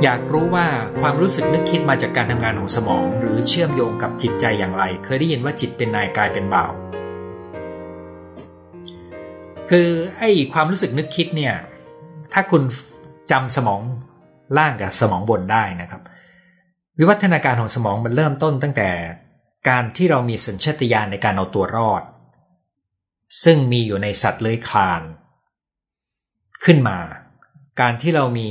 อยากรู้ว่าความรู้สึกนึกคิดมาจากการทำงานของสมองหรือเชื่อมโยงกับจิตใจอย่างไรเคยได้ยินว่าจิตเป็นนายกายเป็นบ่าวคือไอ้ความรู้สึกนึกคิดเนี่ยถ้าคุณจำสมองล่างกับสมองบนได้นะครับวิวัฒนาการของสมองมันเริ่มต้นตั้งแต่การที่เรามีสัญชาตญาณในการเอาตัวรอดซึ่งมีอยู่ในสัตว์เลื้อยคลานขึ้นมาการที่เรามี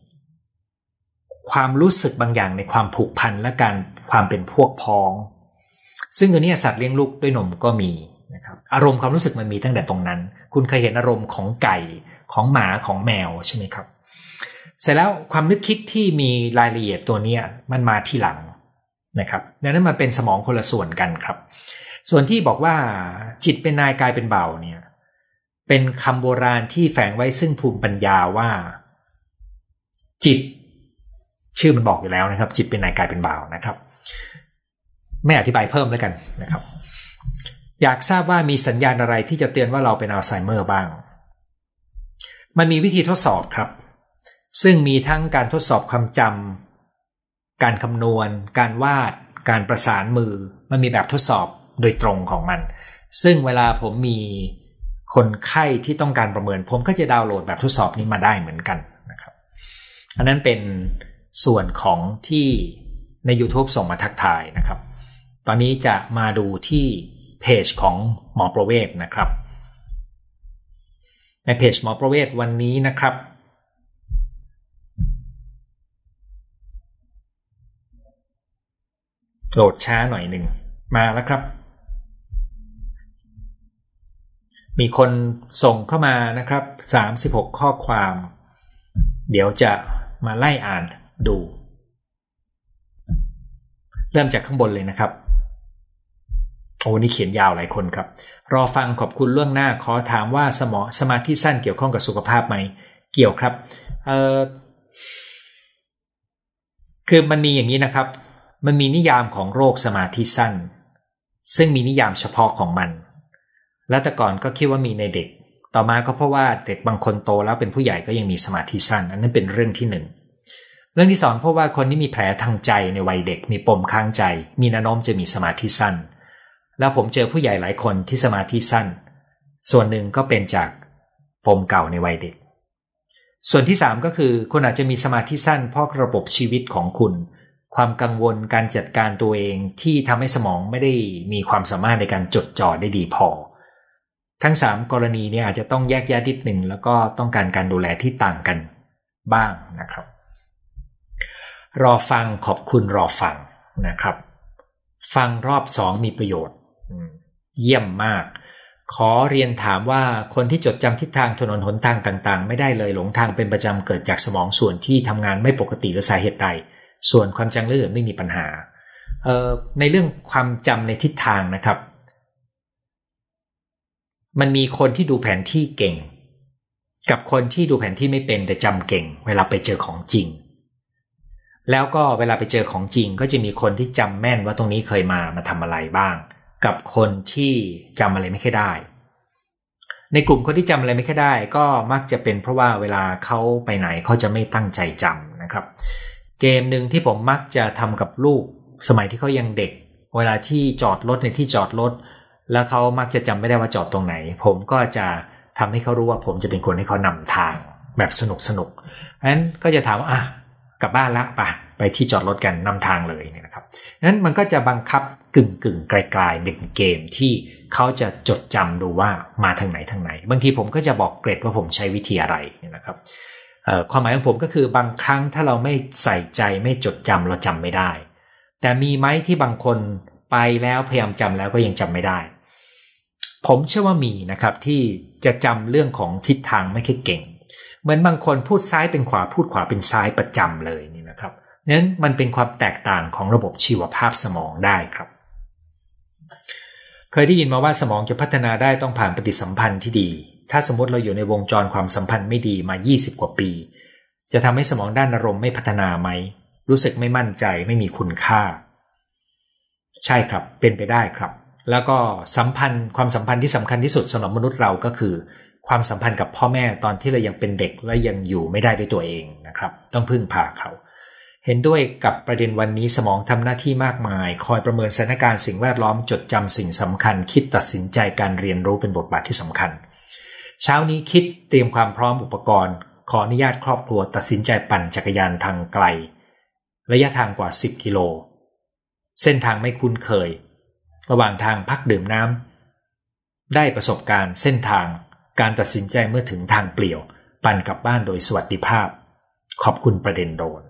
ความรู้สึกบางอย่างในความผูกพันและการความเป็นพวกพ้องซึ่งตัวนี้สัตว์เลี้ยงลูกด้วยนมก็มีนะครับอารมณ์ความรู้สึกมันมีตั้งแต่ตรงนั้นคุณเคยเห็นอารมณ์ของไก่ของหมาของแมวใช่ไหมครับเสร็จแล้วความนึกคิดที่มีรายละเอียดตัวนี้มันมาทีหลังนะครับดังนั้นมันเป็นสมองคนละส่วนกันครับส่วนที่บอกว่าจิตเป็นนายกายเป็นบ่าวเนี่ยเป็นคำโบราณที่แฝงไว้ซึ่งภูมิปัญญาว่าจิตชื่อมันบอกอยู่แล้วนะครับจิตเป็นนายกายเป็นบ่าวนะครับไม่อธิบายเพิ่มแล้วกันนะครับอยากทราบว่ามีสัญญาณอะไรที่จะเตือนว่าเราเป็นอัลไซเมอร์บ้างมันมีวิธีทดสอบครับซึ่งมีทั้งการทดสอบความจำการคำนวณการวาดการประสานมือมันมีแบบทดสอบโดยตรงของมันซึ่งเวลาผมมีคนไข้ที่ต้องการประเมินผมก็จะดาวน์โหลดแบบทดสอบนี้มาได้เหมือนกันนะครับอันนั้นเป็นส่วนของที่ใน YouTube ส่งมาทักทายนะครับตอนนี้จะมาดูที่เพจของหมอประเวศนะครับในเพจหมอประเวศวันนี้นะครับโหลดช้าหน่อยหนึ่งมาแล้วครับมีคนส่งเข้ามานะครับ36ข้อความเดี๋ยวจะมาไล่อ่านดูเริ่มจากข้างบนเลยนะครับโอ้นี่เขียนยาวหลายคนครับรอฟังขอบคุณล่วงหน้าขอถามว่าสมาธิสั้นเกี่ยวข้องกับสุขภาพไหมเกี่ยวครับคือมันมีอย่างนี้นะครับมันมีนิยามของโรคสมาธิสั้นซึ่งมีนิยามเฉพาะของมันและแต่ก่อนก็คิดว่ามีในเด็กต่อมาก็เพราะว่าเด็กบางคนโตแล้วเป็นผู้ใหญ่ก็ยังมีสมาธิสั้นอันนั้นเป็นเรื่องที่หนึ่งเรื่องที่สองเพราะว่าคนที่มีแผลทางใจในวัยเด็กมีปมค้างใจมีแนวโน้มจะมีสมาธิสั้นแล้วผมเจอผู้ใหญ่หลายคนที่สมาธิสั้นส่วนหนึ่งก็เป็นจากปมเก่าในวัยเด็กส่วนที่สามก็คือคุณอาจจะมีสมาธิสั้นเพราะระบบชีวิตของคุณความกังวลการจัดการตัวเองที่ทำให้สมองไม่ได้มีความสามารถในการจดจ่อได้ดีพอทั้ง3กรณีนี้อาจจะต้องแยกแยะนิดหนึ่งแล้วก็ต้องการดูแลที่ต่างกันบ้างนะครับรอฟังขอบคุณรอฟังนะครับฟังรอบ2มีประโยชน์เยี่ยมมากขอเรียนถามว่าคนที่จดจำทิศทางถนนหนทางต่างๆไม่ได้เลยหลงทางเป็นประจำเกิดจากสมองส่วนที่ทำงานไม่ปกติหรือสาเหตุใดส่วนความจำเรื่องไม่มีปัญหาในเรื่องความจำในทิศทางนะครับมันมีคนที่ดูแผนที่เก่งกับคนที่ดูแผนที่ไม่เป็นแต่จำเก่งเวลาไปเจอของจริงแล้วก็เวลาไปเจอของจริงก็จะมีคนที่จำแม่นว่าตรงนี้เคยมาทำอะไรบ้างกับคนที่จำอะไรไม่ค่อยได้ในกลุ่มคนที่จำอะไรไม่ค่อยได้ก็มักจะเป็นเพราะว่าเวลาเขาไปไหนเขาจะไม่ตั้งใจจำนะครับเกมหนึ่งที่ผมมักจะทำกับลูกสมัยที่เขายังเด็กเวลาที่จอดรถในที่จอดรถแล้วเขามักจะจำไม่ได้ว่าจอดตรงไหนผมก็จะทำให้เขารู้ว่าผมจะเป็นคนให้เขานำทางแบบสนุกเพราะฉะนั้นก็จะถามว่ากลับบ้านละไปที่จอดรถกันนำทางเลยเนี่ยนะครับนั้นมันก็จะบังคับกึ่งไกลๆเป็นเกมที่เขาจะจดจำดูว่ามาทางไหนบางทีผมก็จะบอกเกรดว่าผมใช้วิธีอะไรเนี่ยนะครับความหมายของผมก็คือบางครั้งถ้าเราไม่ใส่ใจไม่จดจำเราจำไม่ได้แต่มีไหมที่บางคนไปแล้วพยายามจำแล้วก็ยังจำไม่ได้ผมเชื่อว่ามีนะครับที่จะจำเรื่องของทิศทางไม่ค่อยเก่งเหมือนบางคนพูดซ้ายเป็นขวาพูดขวาเป็นซ้ายประจำเลยนี่นะครับนั้นมันเป็นความแตกต่างของระบบชีวภาพสมองได้ครับเคยได้ยินมาว่าสมองจะพัฒนาได้ต้องผ่านปฏิสัมพันธ์ที่ดีถ้าสมมติเราอยู่ในวงจรความสัมพันธ์ไม่ดีมา20กว่าปีจะทำให้สมองด้านอารมณ์ไม่พัฒนาไหมรู้สึกไม่มั่นใจไม่มีคุณค่าใช่ครับเป็นไปได้ครับแล้วก็ความสัมพันธ์ที่สำคัญที่สุดสำหรับมนุษย์เราก็คือความสัมพันธ์กับพ่อแม่ตอนที่เรายังเป็นเด็กและยังอยู่ไม่ได้ด้วยตัวเองนะครับต้องพึ่งพาเขาเห็นด้วยกับประเด็นวันนี้สมองทำหน้าที่มากมายคอยประเมินสถานการณ์สิ่งแวดล้อมจดจำสิ่งสำคัญคิดตัดสินใจการเรียนรู้เป็นบทบาทที่สำคัญเช้านี้คิดเตรียมความพร้อมอุปกรณ์ขออนุญาตครอบครัวตัดสินใจปั่นจักรยานทางไกลระยะทางกว่า10 กิโลเส้นทางไม่คุ้นเคยระหว่างทางพักดื่มน้ำได้ประสบการณ์เส้นทางการตัดสินใจเมื่อถึงทางเปลี่ยวปั่นกลับบ้านโดยสวัสดิภาพขอบคุณประเด็นโดน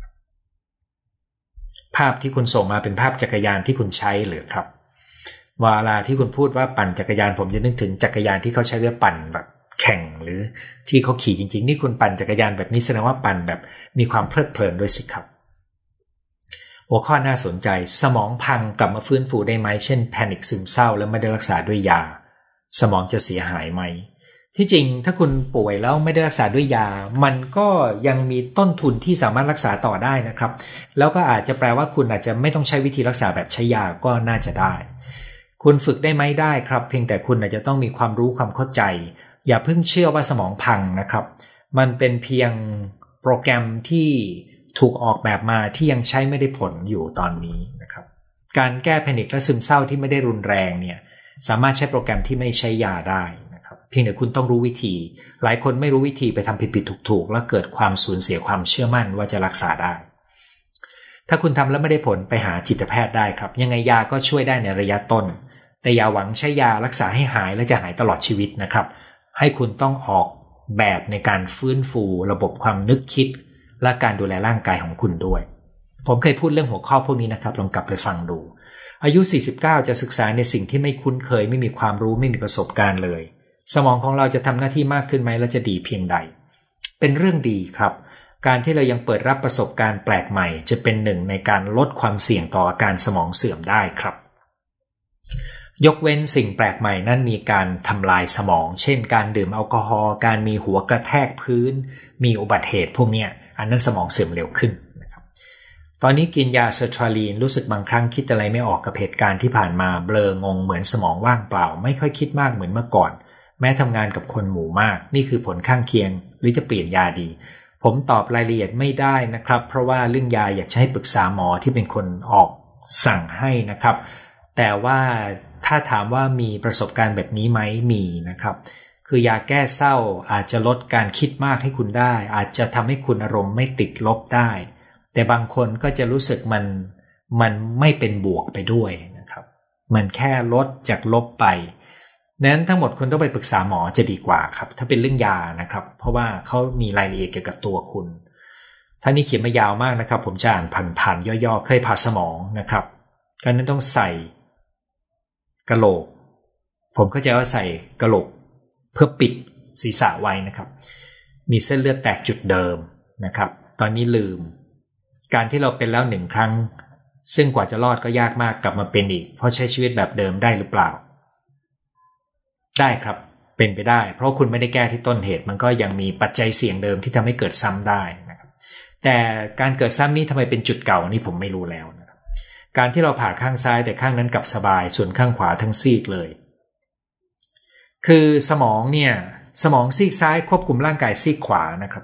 ภาพที่คุณส่งมาเป็นภาพจักรยานที่คุณใช้หรือครับเวลาที่คุณพูดว่าปั่นจักรยานผมจะนึกถึงจักรยานที่เขาใช้เพื่อปั่นแบบแข่งหรือที่เขาขี่จริงๆนี่คุณปั่นจักรยานแบบนี้แสดงว่าปั่นแบบมีความเพลิดเพลินด้วยสิครับหัวข้อน่าสนใจสมองพังกลับมาฟื้นฟูได้ไหมเช่นแพนิคซึมเศร้าแล้วไม่ได้รักษาด้วยยาสมองจะเสียหายไหมที่จริงถ้าคุณป่วยแล้วไม่ได้รักษาด้วยยามันก็ยังมีต้นทุนที่สามารถรักษาต่อได้นะครับแล้วก็อาจจะแปลว่าคุณอาจจะไม่ต้องใช้วิธีรักษาแบบใช้ยาก็น่าจะได้คุณฝึกได้ไหมได้ครับเพียงแต่คุณอาจจะต้องมีความรู้ความเข้าใจอย่าเพิ่งเชื่อว่าสมองพังนะครับมันเป็นเพียงโปรแกรมที่ถูกออกแบบมาที่ยังใช้ไม่ได้ผลอยู่ตอนนี้นะครับการแก้แพนิคและซึมเศร้าที่ไม่ได้รุนแรงเนี่ยสามารถใช้โปรแกรมที่ไม่ใช้ยาได้นะครับเพียงแต่คุณต้องรู้วิธีหลายคนไม่รู้วิธีไปทำผิดๆถูกๆแล้วเกิดความสูญเสียความเชื่อมั่นว่าจะรักษาได้ถ้าคุณทำแล้วไม่ได้ผลไปหาจิตแพทย์ได้ครับยังไงยาก็ช่วยได้ในระยะต้นแต่อย่าหวังใช้ยารักษาให้หายและจะหายตลอดชีวิตนะครับให้คุณต้องออกแบบในการฟื้นฟูระบบความนึกคิดและการดูแลร่างกายของคุณด้วยผมเคยพูดเรื่องหัวข้อพวกนี้นะครับลองกลับไปฟังดูอายุ49จะศึกษาในสิ่งที่ไม่คุ้นเคยไม่มีความรู้ไม่มีประสบการณ์เลยสมองของเราจะทำหน้าที่มากขึ้นไหมและจะดีเพียงใดเป็นเรื่องดีครับการที่เรายังเปิดรับประสบการณ์แปลกใหม่จะเป็นหนึ่งในการลดความเสี่ยงต่ออาการสมองเสื่อมได้ครับยกเว้นสิ่งแปลกใหม่นั้นมีการทำลายสมองเช่นการดื่มแอลกอฮอล์การมีหัวกระแทกพื้นมีอุบัติเหตุพวกนี้อันนั้นสมองเสื่อมเร็วขึ้นนะครับตอนนี้กินยาเซอร์ทราลีนรู้สึกบางครั้งคิดอะไรไม่ออกกับเหตุการณ์ที่ผ่านมาเบลองงเหมือนสมองว่างเปล่าไม่ค่อยคิดมากเหมือนเมื่อก่อนแม้ทำงานกับคนหมู่มากนี่คือผลข้างเคียงหรือจะเปลี่ยนยาดีผมตอบรายละเอียดไม่ได้นะครับเพราะว่าเรื่องยาอยากจะให้ปรึกษาหมอที่เป็นคนออกสั่งให้นะครับแต่ว่าถ้าถามว่ามีประสบการณ์แบบนี้ไหมมีนะครับคือยาแก้เศร้าอาจจะลดการคิดมากให้คุณได้อาจจะทำให้คุณอารมณ์ไม่ติดลบได้แต่บางคนก็จะรู้สึกมันไม่เป็นบวกไปด้วยนะครับมันแค่ลดจากลบไปนั้นทั้งหมดคุณต้องไปปรึกษาหมอจะดีกว่าครับถ้าเป็นเรื่องยานะครับเพราะว่าเขามีรายละเอียดเกี่ยวกับตัวคุณท่านนี้เขียนมายาวมากนะครับผมจะอ่านผ่านย่อๆเคยผ่าสมองนะครับการนั้นต้องใส่กะโหลกผมเข้าใจว่าใส่กะโหลกเพื่อปิดศีรษะไว้นะครับมีเส้นเลือดแตกจุดเดิมนะครับตอนนี้ลืมการที่เราเป็นแล้ว1 ครั้งซึ่งกว่าจะรอดก็ยากมากกลับมาเป็นอีกเพราะใช้ชีวิตแบบเดิมได้หรือเปล่าได้ครับเป็นไปได้เพราะคุณไม่ได้แก้ที่ต้นเหตุมันก็ยังมีปัจจัยเสี่ยงเดิมที่ทำให้เกิดซ้ำได้นะครับแต่การเกิดซ้ำนี้ทำไมเป็นจุดเก่านี่ผมไม่รู้แล้วนะครับการที่เราผ่าข้างซ้ายแต่ข้างนั้นกลับสบายส่วนข้างขวาทั้งซีกเลยคือสมองซีกซ้ายควบคุมร่างกายซีกขวานะครับ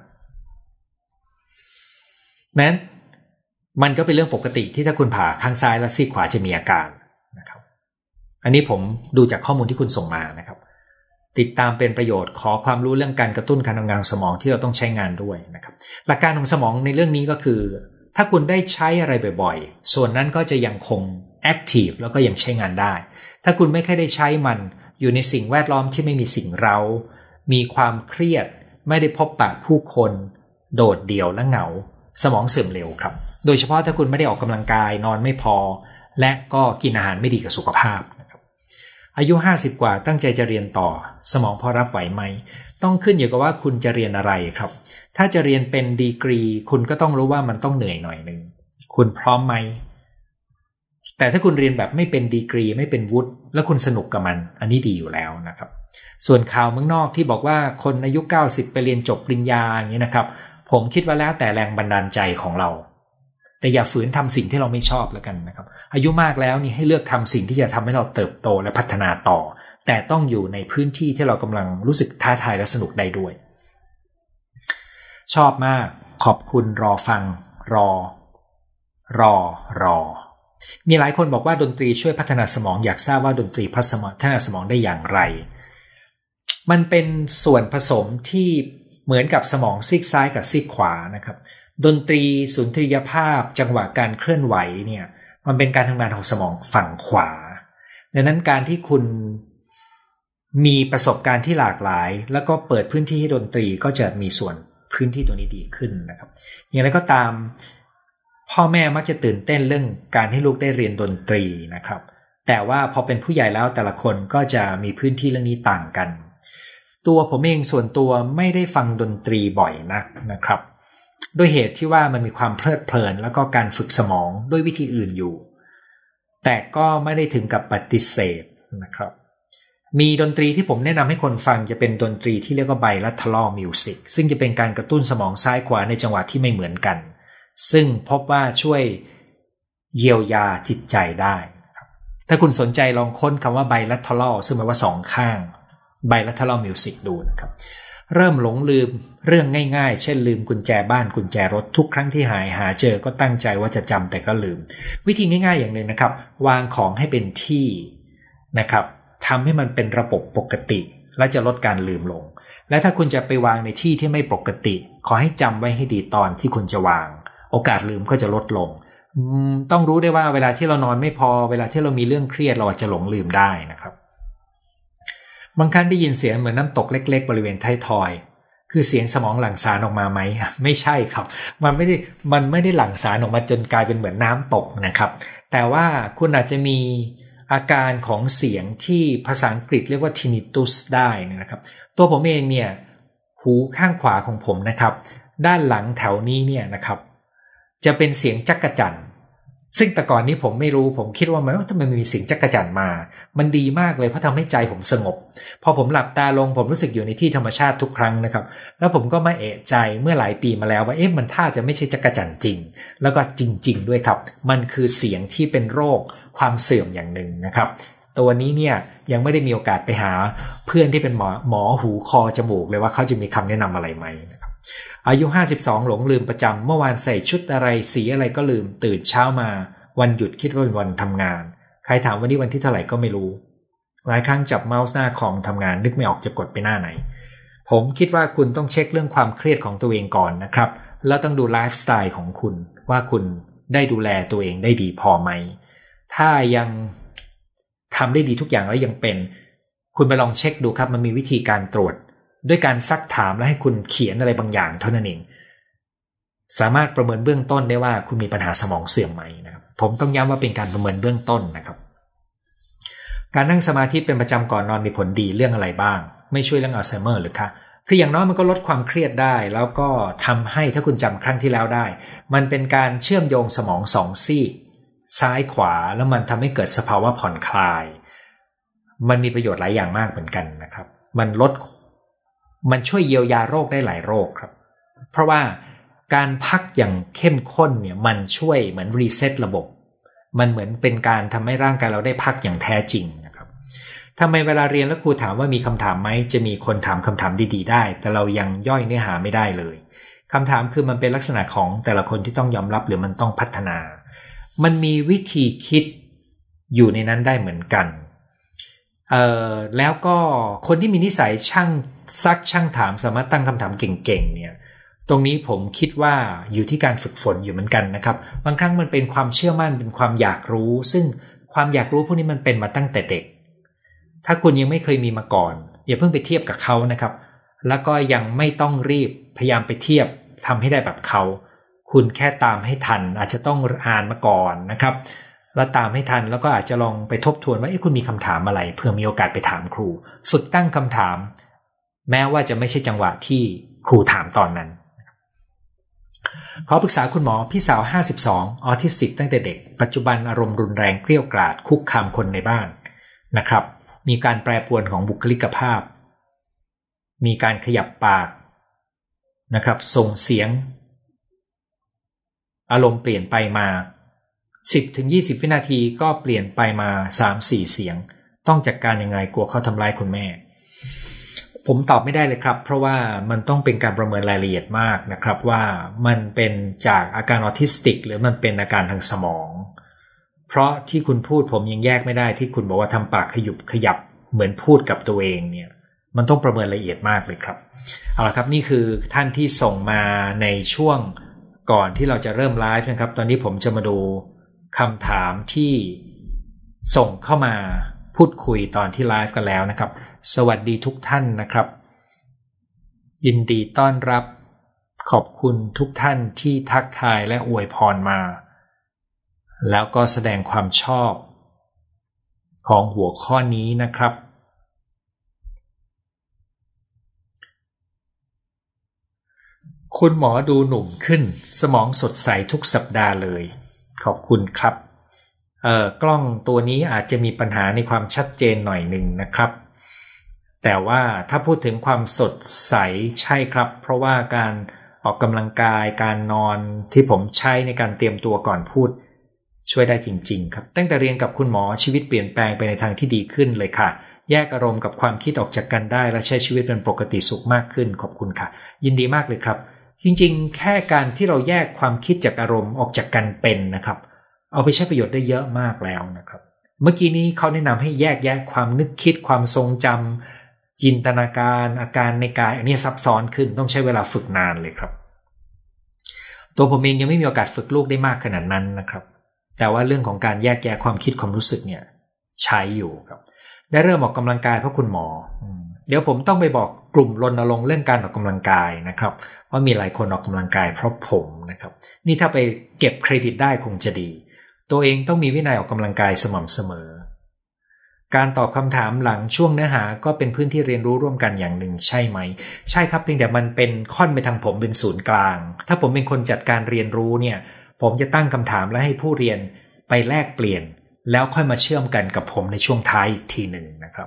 นั้นมันก็เป็นเรื่องปกติที่ถ้าคุณผ่าข้างซ้ายแล้วซีกขวาจะมีอาการนะครับอันนี้ผมดูจากข้อมูลที่คุณส่งมานะครับติดตามเป็นประโยชน์ขอความรู้เรื่องการกระตุ้นการทำงานของสมองที่เราต้องใช้งานด้วยนะครับหลักการของสมองในเรื่องนี้ก็คือถ้าคุณได้ใช้อะไรบ่อยๆส่วนนั้นก็จะยังคงแอคทีฟแล้วก็ยังใช้งานได้ถ้าคุณไม่ค่อยได้ใช้มันอยู่ในสิ่งแวดล้อมที่ไม่มีสิ่งเร้ามีความเครียดไม่ได้พบปะผู้คนโดดเดี่ยวและเหงาสมองเสื่อมเร็วครับโดยเฉพาะถ้าคุณไม่ได้ออกกำลังกายนอนไม่พอและก็กินอาหารไม่ดีกับสุขภาพนะครับอายุ50กว่าตั้งใจจะเรียนต่อสมองพอรับไหวไหมต้องขึ้นอยู่กับว่าคุณจะเรียนอะไรครับถ้าจะเรียนเป็นดีกรีคุณก็ต้องรู้ว่ามันต้องเหนื่อยหน่อยนึงคุณพร้อมไหมแต่ถ้าคุณเรียนแบบไม่เป็นดีกรีไม่เป็นวุฒิแล้วคุณสนุกกับมันอันนี้ดีอยู่แล้วนะครับส่วนข่าวเมืองนอกที่บอกว่าคนอายุ90ไปเรียนจบปริญญาอย่างนี้นะครับผมคิดว่าแล้วแต่แรงบันดาลใจของเราแต่อย่าฝืนทำสิ่งที่เราไม่ชอบแล้วกันนะครับอายุมากแล้วนี่ให้เลือกทำสิ่งที่จะทำให้เราเติบโตและพัฒนาต่อแต่ต้องอยู่ในพื้นที่ที่เรากำลังรู้สึกท้าทายและสนุกได้ด้วยชอบมากขอบคุณรอฟังรอรอมีหลายคนบอกว่าดนตรีช่วยพัฒนาสมองอยากทราบว่าดนตรีพัฒนาสมองได้อย่างไรมันเป็นส่วนผสมที่เหมือนกับสมองซีกซ้ายกับซีกขวานะครับดนตรีสุนทรียภาพจังหวะการเคลื่อนไหวเนี่ยมันเป็นการทำงานของสมองฝั่งขวาดังนั้นการที่คุณมีประสบการณ์ที่หลากหลายแล้วก็เปิดพื้นที่ให้ดนตรีก็จะมีส่วนพื้นที่ตัวนี้ดีขึ้นนะครับอย่างไรก็ตามพ่อแม่มักจะตื่นเต้นเรื่องการให้ลูกได้เรียนดนตรีนะครับแต่ว่าพอเป็นผู้ใหญ่แล้วแต่ละคนก็จะมีพื้นที่เรื่องนี้ต่างกันตัวผมเองส่วนตัวไม่ได้ฟังดนตรีบ่อยนักนะครับด้วยเหตุที่ว่ามันมีความเพลิดเพลินแล้วก็การฝึกสมองด้วยวิธีอื่นอยู่แต่ก็ไม่ได้ถึงกับปฏิเสธนะครับมีดนตรีที่ผมแนะนำให้คนฟังจะเป็นดนตรีที่เรียกว่า bilateral music ซึ่งจะเป็นการกระตุ้นสมองซ้ายขวาในจังหวะที่ไม่เหมือนกันซึ่งพบว่าช่วยเยียวยาจิตใจได้ถ้าคุณสนใจลองค้นคำว่า bilateral ซึ่งหมายว่าสองข้าง bilateral music ดูนะครับเริ่มหลงลืมเรื่องง่ายๆเช่นลืมกุญแจบ้านกุญแจรถทุกครั้งที่หาเจอก็ตั้งใจว่าจะจำแต่ก็ลืมวิธีง่ายๆอย่างหนึ่งนะครับวางของให้เป็นที่นะครับทำให้มันเป็นระบบปกติและจะลดการลืมลงและถ้าคุณจะไปวางในที่ที่ไม่ปกติขอให้จำไว้ให้ดีตอนที่คุณจะวางโอกาสลืมก็จะลดลงต้องรู้ได้ว่าเวลาที่เรานอนไม่พอเวลาที่เรามีเรื่องเครียดเราอาจจะหลงลืมได้นะครับบางครั้งได้ยินเสียงเหมือนน้ำตกเล็กๆบริเวณท้ายทอยคือเสียงสมองหลั่งสารออกมาไหมไม่ใช่ครับมันไม่ได้หลั่งสารออกมาจนกลายเป็นเหมือนน้ำตกนะครับแต่ว่าคุณอาจจะมีอาการของเสียงที่ภาษาอังกฤษเรียกว่า tinnitus ได้นะครับตัวผมเองเนี่ยหูข้างขวาของผมนะครับด้านหลังแถวนี้เนี่ยนะครับจะเป็นเสียงจักจั่นซึ่งแต่ก่อนนี้ผมไม่รู้ผมคิดว่ามันทำไมมีเสียงจักจั่นมามันดีมากเลยเพราะทำให้ใจผมสงบพอผมหลับตาลงผมรู้สึกอยู่ในที่ธรรมชาติทุกครั้งนะครับแล้วผมก็มาเอะใจเมื่อหลายปีมาแล้วว่ามันท่าจะไม่ใช่จักจั่นจริงแล้วก็จริงๆด้วยครับมันคือเสียงที่เป็นโรคความเสื่อมอย่างหนึ่งนะครับตัวนี้เนี่ยยังไม่ได้มีโอกาสไปหาเพื่อนที่เป็นหมอหูคอจมูกเลยว่าเขาจะมีคำแนะนำอะไรไหมนะครับอายุ52หลงลืมประจำเมื่อวานใส่ชุดอะไรสีอะไรก็ลืมตื่นเช้ามาวันหยุดคิดว่าเป็นวันทำงานใครถามวันนี้วันที่เท่าไหร่ก็ไม่รู้หลายครั้งจับเมาส์หน้าคอมทำงานนึกไม่ออกจะกดไปหน้าไหนผมคิดว่าคุณต้องเช็คเรื่องความเครียดของตัวเองก่อนนะครับแล้วต้องดูไลฟ์สไตล์ของคุณว่าคุณได้ดูแลตัวเองได้ดีพอไหมถ้ายังทำได้ดีทุกอย่างแล้วยังเป็นคุณไปลองเช็คดูครับมันมีวิธีการตรวจด้วยการซักถามและให้คุณเขียนอะไรบางอย่างเท่านั้นเองสามารถประเมินเบื้องต้นได้ว่าคุณมีปัญหาสมองเสื่อมไหมนะครับผมต้องย้ำว่าเป็นการประเมินเบื้องต้นนะครับการนั่งสมาธิเป็นประจำก่อนนอนมีผลดีเรื่องอะไรบ้างไม่ช่วยเรื่องอัลไซเมอร์หรือคะคืออย่างน้อยมันก็ลดความเครียดได้แล้วก็ทำให้ถ้าคุณจำครั้งที่แล้วได้มันเป็นการเชื่อมโยงสมองสองซีกซ้ายขวาแล้วมันทำให้เกิดสภาวะผ่อนคลายมันมีประโยชน์หลายอย่างมากเหมือนกันนะครับมันช่วยเยียวยาโรคได้หลายโรคครับเพราะว่าการพักอย่างเข้มข้นเนี่ยมันช่วยเหมือนรีเซ็ตระบบมันเหมือนเป็นการทำให้ร่างกายเราได้พักอย่างแท้จริงนะครับทำไมเวลาเรียนแล้วครูถามว่ามีคำถามไหมจะมีคนถามคำถามดีๆได้แต่เรายังย่อยเนื้อหาไม่ได้เลยคำถามคือมันเป็นลักษณะของแต่ละคนที่ต้องยอมรับหรือมันต้องพัฒนามันมีวิธีคิดอยู่ในนั้นได้เหมือนกันแล้วก็คนที่มีนิสัยช่างซักช่างถามสามารถตั้งคำถามเก่งๆเนี่ยตรงนี้ผมคิดว่าอยู่ที่การฝึกฝนอยู่เหมือนกันนะครับบางครั้งมันเป็นความเชื่อมั่นเป็นความอยากรู้ซึ่งความอยากรู้พวกนี้มันเป็นมาตั้งแต่เด็กถ้าคุณยังไม่เคยมีมาก่อนอย่าเพิ่งไปเทียบกับเขานะครับแล้วก็ยังไม่ต้องรีบพยายามไปเทียบทำให้ได้แบบเขาคุณแค่ตามให้ทันอาจจะต้องอ่านมาก่อนนะครับแล้วตามให้ทันแล้วก็อาจจะลองไปทบทวนว่าคุณมีคำถามอะไรเพื่อมีโอกาสไปถามครูฝึกตั้งคำถามแม้ว่าจะไม่ใช่จังหวะที่ครูถามตอนนั้นขอปรึกษาคุณหมอพี่สาว52ออทิสติกตั้งแต่เด็กปัจจุบันอารมณ์รุนแรงเกรี้ยวกราดคุกคามคนในบ้านนะครับมีการแปรปรวนของบุคลิกภาพมีการขยับปากนะครับส่งเสียงอารมณ์เปลี่ยนไปมา 10-20 วินาทีก็เปลี่ยนไปมา 3-4 เสียงต้องจัดการยังไงกลัวเขาทำร้ายคุณแม่ผมตอบไม่ได้เลยครับเพราะว่ามันต้องเป็นการประเมินรายละเอียดมากนะครับว่ามันเป็นจากอาการออทิสติกหรือมันเป็นอาการทางสมองเพราะที่คุณพูดผมยังแยกไม่ได้ที่คุณบอกว่าทำปากขยับเหมือนพูดกับตัวเองเนี่ยมันต้องประเมินละเอียดมากเลยครับเอาละครับนี่คือท่านที่ส่งมาในช่วงก่อนที่เราจะเริ่มไลฟ์นะครับตอนนี้ผมจะมาดูคำถามที่ส่งเข้ามาพูดคุยตอนที่ไลฟ์กันแล้วนะครับสวัสดีทุกท่านนะครับยินดีต้อนรับขอบคุณทุกท่านที่ทักทายและอวยพรมาแล้วก็แสดงความชอบของหัวข้อนี้นะครับคุณหมอดูหนุ่มขึ้นสมองสดใสทุกสัปดาห์เลยขอบคุณครับกล้องตัวนี้อาจจะมีปัญหาในความชัดเจนหน่อยหนึ่งนะครับแต่ว่าถ้าพูดถึงความสดใสใช่ครับเพราะว่าการออกกำลังกายการนอนที่ผมใช้ในการเตรียมตัวก่อนพูดช่วยได้จริงๆครับตั้งแต่เรียนกับคุณหมอชีวิตเปลี่ยนแปลงไปในทางที่ดีขึ้นเลยค่ะแยกอารมณ์กับความคิดออกจากกันได้และใช้ชีวิตเป็นปกติสุขมากขึ้นขอบคุณค่ะยินดีมากเลยครับจริงๆแค่การที่เราแยกความคิดจากอารมณ์ออกจากกันเป็นนะครับเอาไปใช้ประโยชน์ได้เยอะมากแล้วนะครับเมื่อกี้นี้เขาแนะนำให้แยกแยะความนึกคิดความทรงจำจินตนาการอาการในกายอันนี้ซับซ้อนขึ้นต้องใช้เวลาฝึกนานเลยครับตัวผมเองยังไม่มีโอกาสฝึกลูกได้มากขนาดนั้นนะครับแต่ว่าเรื่องของการแยกแยะความคิดความรู้สึกเนี่ยใช้อยู่ครับได้เริ่มออกกำลังกายเพราะคุณหมอเดี๋ยวผมต้องไปบอกกลุ่มรณรงค์เรื่องการออกกำลังกายนะครับว่ามีหลายคนออกกำลังกายเพราะผมนะครับนี่ถ้าไปเก็บเครดิตได้คงจะดีตัวเองต้องมีวินัยออกกำลังกายสม่ำเสมอการตอบคำถามหลังช่วงเนื้อหาก็เป็นพื้นที่เรียนรู้ร่วมกันอย่างหนึ่งใช่ไหมใช่ครับเพียงแต่มันเป็นค่อนไปทางผมเป็นศูนย์กลางถ้าผมเป็นคนจัดการเรียนรู้เนี่ยผมจะตั้งคำถามและให้ผู้เรียนไปแลกเปลี่ยนแล้วค่อยมาเชื่อมกันกับผมในช่วงท้ายอีกทีหนึ่งนะครับ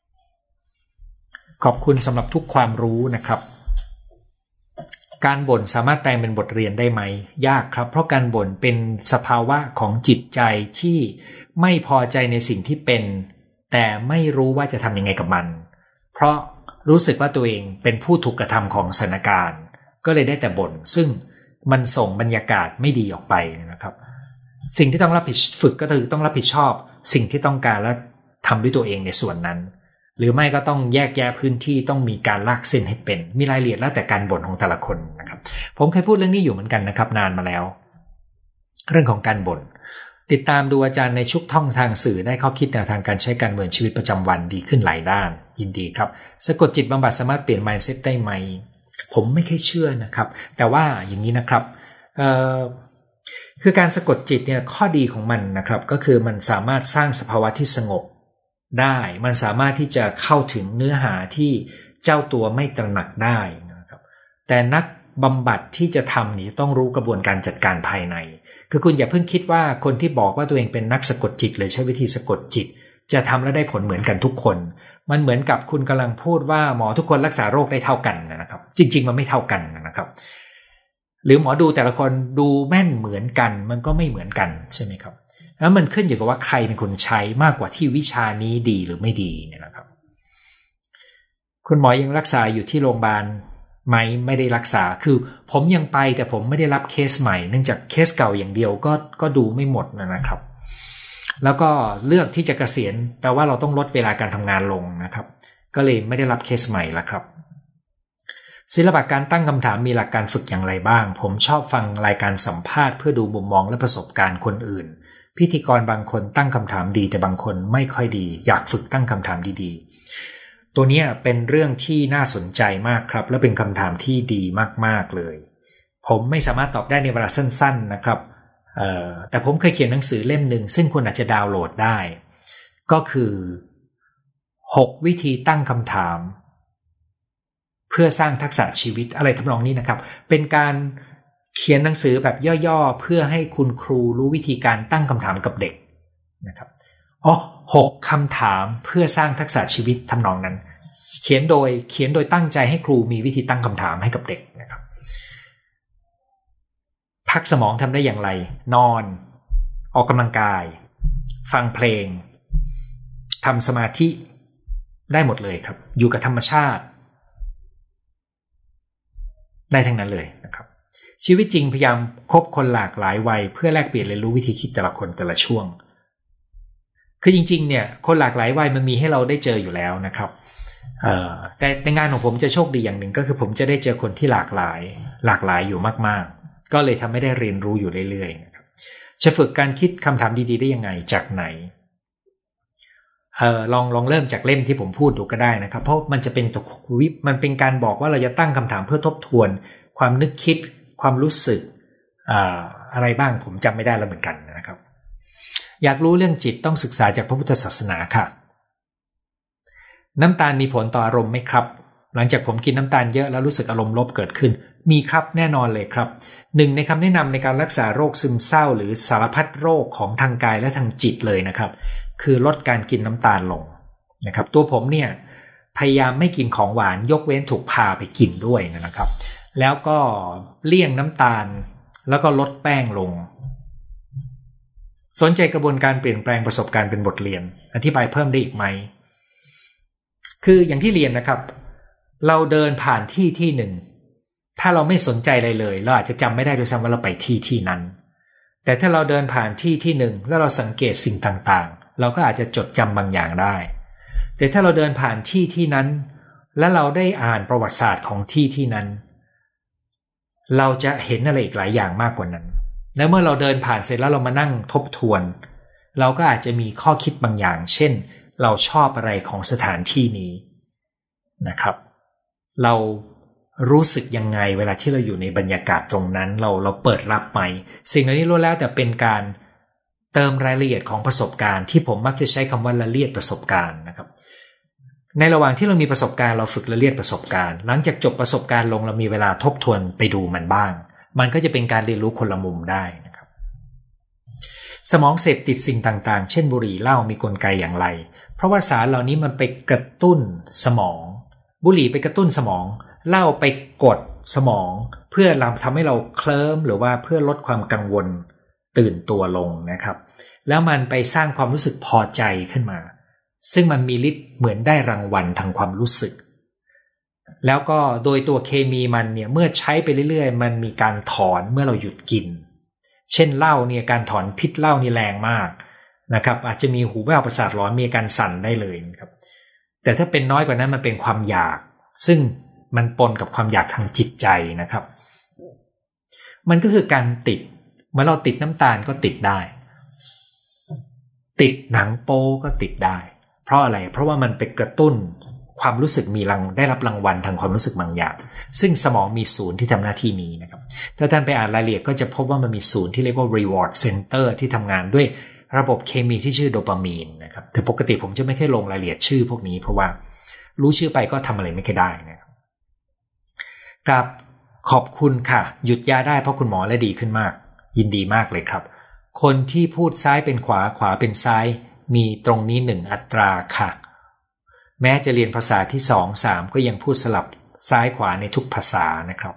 ขอบคุณสำหรับทุกความรู้นะครับการบ่นสามารถแปลงเป็นบทเรียนได้ไหมยากครับเพราะการบ่นเป็นสภาวะของจิตใจที่ไม่พอใจในสิ่งที่เป็นแต่ไม่รู้ว่าจะทำยังไงกับมันเพราะรู้สึกว่าตัวเองเป็นผู้ถูกกระทำของสถานการณ์ก็เลยได้แต่บ่นซึ่งมันส่งบรรยากาศไม่ดีออกไปนะครับสิ่งที่ต้องฝึกก็คือต้องรับผิดชอบสิ่งที่ต้องการและทำด้วยตัวเองในส่วนนั้นหรือไม่ก็ต้องแยกแยะพื้นที่ต้องมีการลากเส้นให้เป็นมีรายละเอียดแล้วแต่การบ่นของแต่ละคนนะครับผมเคยพูดเรื่องนี้อยู่เหมือนกันนะครับนานมาแล้วเรื่องของการบ่นติดตามดูอาจารย์ในชุกท่องทางสื่อได้ข้อคิดแนวทางการใช้การเมืองชีวิตประจำวันดีขึ้นหลายด้านยินดีครับสะกดจิตบำบัดสามารถเปลี่ยน mindset ได้ไหมผมไม่เคยเชื่อนะครับแต่ว่าอย่างนี้นะครับคือการสะกดจิตเนี่ยข้อดีของมันนะครับก็คือมันสามารถสร้างสภาวะที่สงบได้มันสามารถที่จะเข้าถึงเนื้อหาที่เจ้าตัวไม่ตระหนักได้นะครับแต่นักบำบัดที่จะทำนี่ต้องรู้กระบวนการจัดการภายในคือคุณอย่าเพิ่งคิดว่าคนที่บอกว่าตัวเองเป็นนักสะกดจิตหรือใช้วิธีสะกดจิตจะทำแล้วได้ผลเหมือนกันทุกคนมันเหมือนกับคุณกำลังพูดว่าหมอทุกคนรักษาโรคได้เท่ากันนะครับจริงๆมันไม่เท่ากันนะครับหรือหมอดูแต่ละคนดูแม่นเหมือนกันมันก็ไม่เหมือนกันใช่ไหมครับแล้วมันขึ้นอยู่กับว่าใครเป็นคนใช้มากกว่าที่วิชานี้ดีหรือไม่ดีเนี่ยนะครับคุณหมอยังรักษาอยู่ที่โรงพยาบาลไหมไม่ได้รักษาคือผมยังไปแต่ผมไม่ได้รับเคสใหม่เนื่องจากเคสเก่าอย่างเดียวก็ดูไม่หมดนะครับแล้วก็เลือกที่จะเกษียณแปลว่าเราต้องลดเวลาการทำงานลงนะครับก็เลยไม่ได้รับเคสใหม่ละครับศิลปะการตั้งคำถามมีหลักการฝึกอย่างไรบ้างผมชอบฟังรายการสัมภาษณ์เพื่อดูมุมมองและประสบการณ์คนอื่นพิธีกรบางคนตั้งคำถามดีแต่บางคนไม่ค่อยดีอยากฝึกตั้งคำถามดีๆตัวนี้เป็นเรื่องที่น่าสนใจมากครับและเป็นคำถามที่ดีมากๆเลยผมไม่สามารถตอบได้ในเวลาสั้นๆนะครับแต่ผมเคยเขียนหนังสือเล่มหนึ่งซึ่งคุณอาจจะดาวน์โหลดได้ก็คือ6วิธีตั้งคำถามเพื่อสร้างทักษะชีวิตอะไรทำนองนี้นะครับเป็นการเขียนหนังสือแบบย่อๆเพื่อให้คุณครูรู้วิธีการตั้งคำถามกับเด็กนะครับ6คำถามเพื่อสร้างทักษะชีวิตทำนองนั้นเขียนโดยตั้งใจให้ครูมีวิธีตั้งคำถามให้กับเด็กนะครับพักสมองทำได้อย่างไรนอนออกกำลังกายฟังเพลงทำสมาธิได้หมดเลยครับอยู่กับธรรมชาติได้ทั้งนั้นเลยนะครับชีวิตจริงพยายามคบคนหลากหลายวัยเพื่อแลกเปลี่ยนเรียนรู้วิธีคิดแต่ละคนแต่ละช่วงคือจริงๆเนี่ยคนหลากหลายวัยมันมีให้เราได้เจออยู่แล้วนะครับแต่งานของผมจะโชคดีอย่างหนึ่งก็คือผมจะได้เจอคนที่หลากหลายอยู่มากๆก็เลยทำให้ได้เรียนรู้อยู่เรื่อยๆนะครับจะฝึกการคิดคำถามดีๆได้ยังไงจากไหนลองเริ่มจากเล่มที่ผมพูดดูก็ได้นะครับเพราะมันจะเป็นตัวมันเป็นการบอกว่าเราจะตั้งคำถามเพื่อทบทวนความนึกคิดความรู้สึกอะไรบ้างผมจำไม่ได้แล้วเหมือนกันนะครับอยากรู้เรื่องจิตต้องศึกษาจากพระพุทธศาสนาค่ะน้ำตาลมีผลต่ออารมณ์ไหมครับหลังจากผมกินน้ำตาลเยอะแล้วรู้สึกอารมณ์ลบเกิดขึ้นมีครับแน่นอนเลยครับหนึ่งในคำแนะนำในการรักษาโรคซึมเศร้าหรือสารพัดโรคของทางกายและทางจิตเลยนะครับคือลดการกินน้ำตาลลงนะครับตัวผมเนี่ยพยายามไม่กินของหวานยกเว้นถูกพาไปกินด้วยนะครับแล้วก็เลี่ยงน้ำตาลแล้วก็ลดแป้งลงสนใจกระบวนการเปลี่ยนแปลงประสบการณ์เป็นบทเรียนอธิบายเพิ่มได้อีกไหมคืออย่างที่เรียนนะครับเราเดินผ่านที่หนึ่งถ้าเราไม่สนใจอะไรเลยเราอาจจะจำไม่ได้ด้วยซ้ำว่าเราไปที่นั้นแต่ถ้าเราเดินผ่านที่หนึ่งแล้วเราสังเกตสิ่งต่างๆเราก็อาจจะจดจำบางอย่างได้แต่ถ้าเราเดินผ่านที่นั้นแล้วเราได้อ่านประวัติศาสตร์ของที่นั้นเราจะเห็นอะไรอีกหลายอย่างมากกว่านั้นแล้วเมื่อเราเดินผ่านเสร็จแล้วเรามานั่งทบทวนเราก็อาจจะมีข้อคิดบางอย่างเช่นเราชอบอะไรของสถานที่นี้นะครับเรารู้สึกยังไงเวลาที่เราอยู่ในบรรยากาศตรงนั้นเราเปิดรับไหมสิ่งเหล่านี้ล้วนแล้วแต่เป็นการเติมรายละเอียดของประสบการณ์ที่ผมมักจะใช้คำว่าละเลียดประสบการณ์นะครับในระหว่างที่เรามีประสบการณ์เราฝึกละเลียดประสบการณ์หลังจากจบประสบการณ์ลงเรามีเวลาทบทวนไปดูมันบ้างมันก็จะเป็นการเรียนรู้คนละมุมได้นะครับสมองเสพติดสิ่งต่างๆเช่นบุหรี่เหล้ามีกลไกอย่างไรเพราะว่าสารเหล่านี้มันไปกระตุ้นสมองบุหรี่ไปกระตุ้นสมองเหล้าไปกดสมองเพื่อทำให้เราเคลิ้มหรือว่าเพื่อลดความกังวลตื่นตัวลงนะครับแล้วมันไปสร้างความรู้สึกพอใจขึ้นมาซึ่งมันมีฤทธิ์เหมือนได้รางวัลทางความรู้สึกแล้วก็โดยตัวเคมีมันเนี่ยเมื่อใช้ไปเรื่อยๆมันมีการถอนเมื่อเราหยุดกินเช่นเหล้าเนี่ยการถอนพิษเหล้านี่แรงมากนะครับอาจจะมีหูแว่วประสาทร้อนมีการสั่นได้เลยนะครับแต่ถ้าเป็นน้อยกว่านั้นมันเป็นความอยากซึ่งมันปนกับความอยากทางจิตใจนะครับมันก็คือการติดเมื่อเราติดน้ำตาลก็ติดได้ติดหนังโป๊ก็ติดได้เพราะอะไรเพราะว่ามันไปกระตุ้นความรู้สึกได้รับรางวัลทางความรู้สึกบางอย่างซึ่งสมองมีศูนย์ที่ทำหน้าที่นี้นะครับถ้าท่านไปอ่านรายละเอียดก็จะพบว่ามันมีศูนย์ที่เรียกว่า reward center ที่ทำงานด้วยระบบเคมีที่ชื่อโดปามีนนะครับแต่ปกติผมจะไม่ค่อยลงรายละเอียดชื่อพวกนี้เพราะว่ารู้ชื่อไปก็ทำอะไรไม่ค่อยได้นะครับครับขอบคุณค่ะหยุดยาได้เพราะคุณหมอและดีขึ้นมากยินดีมากเลยครับคนที่พูดซ้ายเป็นขวาขวาเป็นซ้ายมีตรงนี้1อัตราค่ะแม้จะเรียนภาษาที่2 3ก็ยังพูดสลับซ้ายขวาในทุกภาษานะครับ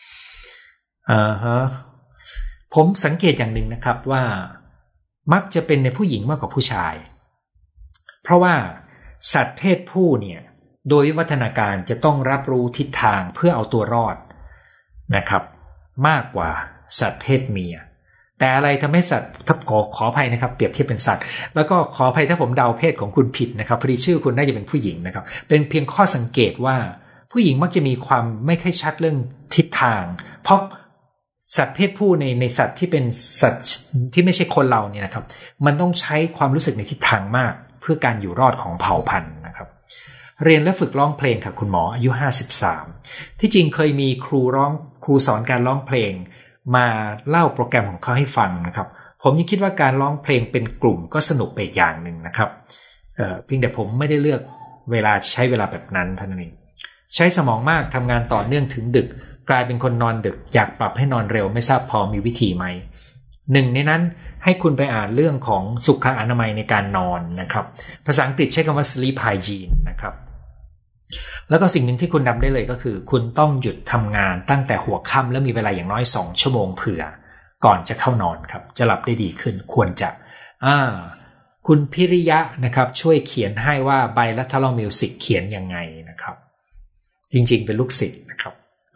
ผมสังเกตอย่างหนึ่งนะครับว่ามักจะเป็นในผู้หญิงมากกว่าผู้ชายเพราะว่าสัตว์เพศผู้เนี่ยโดยวิวัฒนาการจะต้องรับรู้ทิศทางเพื่อเอาตัวรอดนะครับมากกว่าสัตว์เพศเมียแต่อะไรทำให้สัตว์ขออภัยนะครับเปรียบเทียบเป็นสัตว์แล้วก็ขออภัยถ้าผมเดาเพศของคุณผิดนะครับพอดีชื่อคุณน่าจะเป็นผู้หญิงนะครับเป็นเพียงข้อสังเกตว่าผู้หญิงมักจะมีความไม่ค่อยชัดเรื่องทิศทางเพราะสัตว์เพศผู้ในสัตว์ที่เป็นสัตว์ที่ไม่ใช่คนเราเนี่ยนะครับมันต้องใช้ความรู้สึกในทิศทางมากเพื่อการอยู่รอดของเผ่าพันธุ์นะครับเรียนและฝึกร้องเพลงค่ะคุณหมออายุ53ที่จริงเคยมีครูสอนการร้องเพลงมาเล่าโปรแกรมของเขาให้ฟังนะครับผมยังคิดว่าการร้องเพลงเป็นกลุ่มก็สนุกไปอย่างหนึ่งนะครับเพียงแต่ผมไม่ได้เลือกใช้เวลาแบบนั้นเท่านั้นเองใช้สมองมากทำงานต่อเนื่องถึงดึกกลายเป็นคนนอนดึกอยากปรับให้นอนเร็วไม่ทราบพอมีวิธีไหมหนึ่งในนั้นให้คุณไปอ่านเรื่องของสุขอนามัยในการนอนนะครับภาษาอังกฤษใช้คำว่า sleep hygiene นะครับแล้วก็สิ่งหนึ่งที่คุณทำได้เลยก็คือคุณต้องหยุดทำงานตั้งแต่หัวค่ำแล้วมีเวลาอย่างน้อย2 ชั่วโมงเผื่อก่อนจะเข้านอนครับจะหลับได้ดีขึ้นควรจะคุณพิริยะนะครับช่วยเขียนให้ว่า bilateral music เขียนยังไงนะครับจริงๆเป็นลูกศิษย์นะครับ